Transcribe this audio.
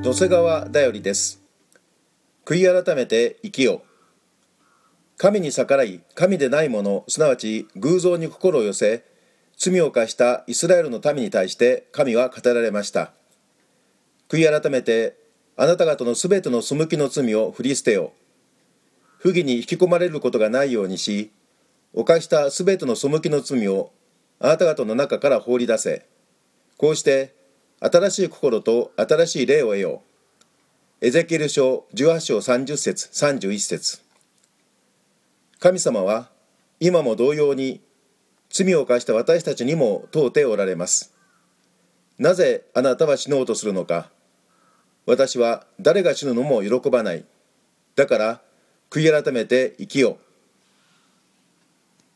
野瀬川だよりです。悔い改めて生きよ。神に逆らい、神でないもの、すなわち偶像に心を寄せ、罪を犯したイスラエルの民に対して神は語られました。悔い改めて、あなた方のすべての背きの罪を振り捨てよ。不義に引き込まれることがないようにし、犯したすべての背きの罪をあなた方の中から放り出せ。こうして、新しい心と新しい霊を得よう。エゼキエル書18章30節31節。神様は今も同様に罪を犯した私たちにも問うておられます。なぜあなたは死のうとするのか。私は誰が死ぬのも喜ばない。だから悔い改めて生きよう。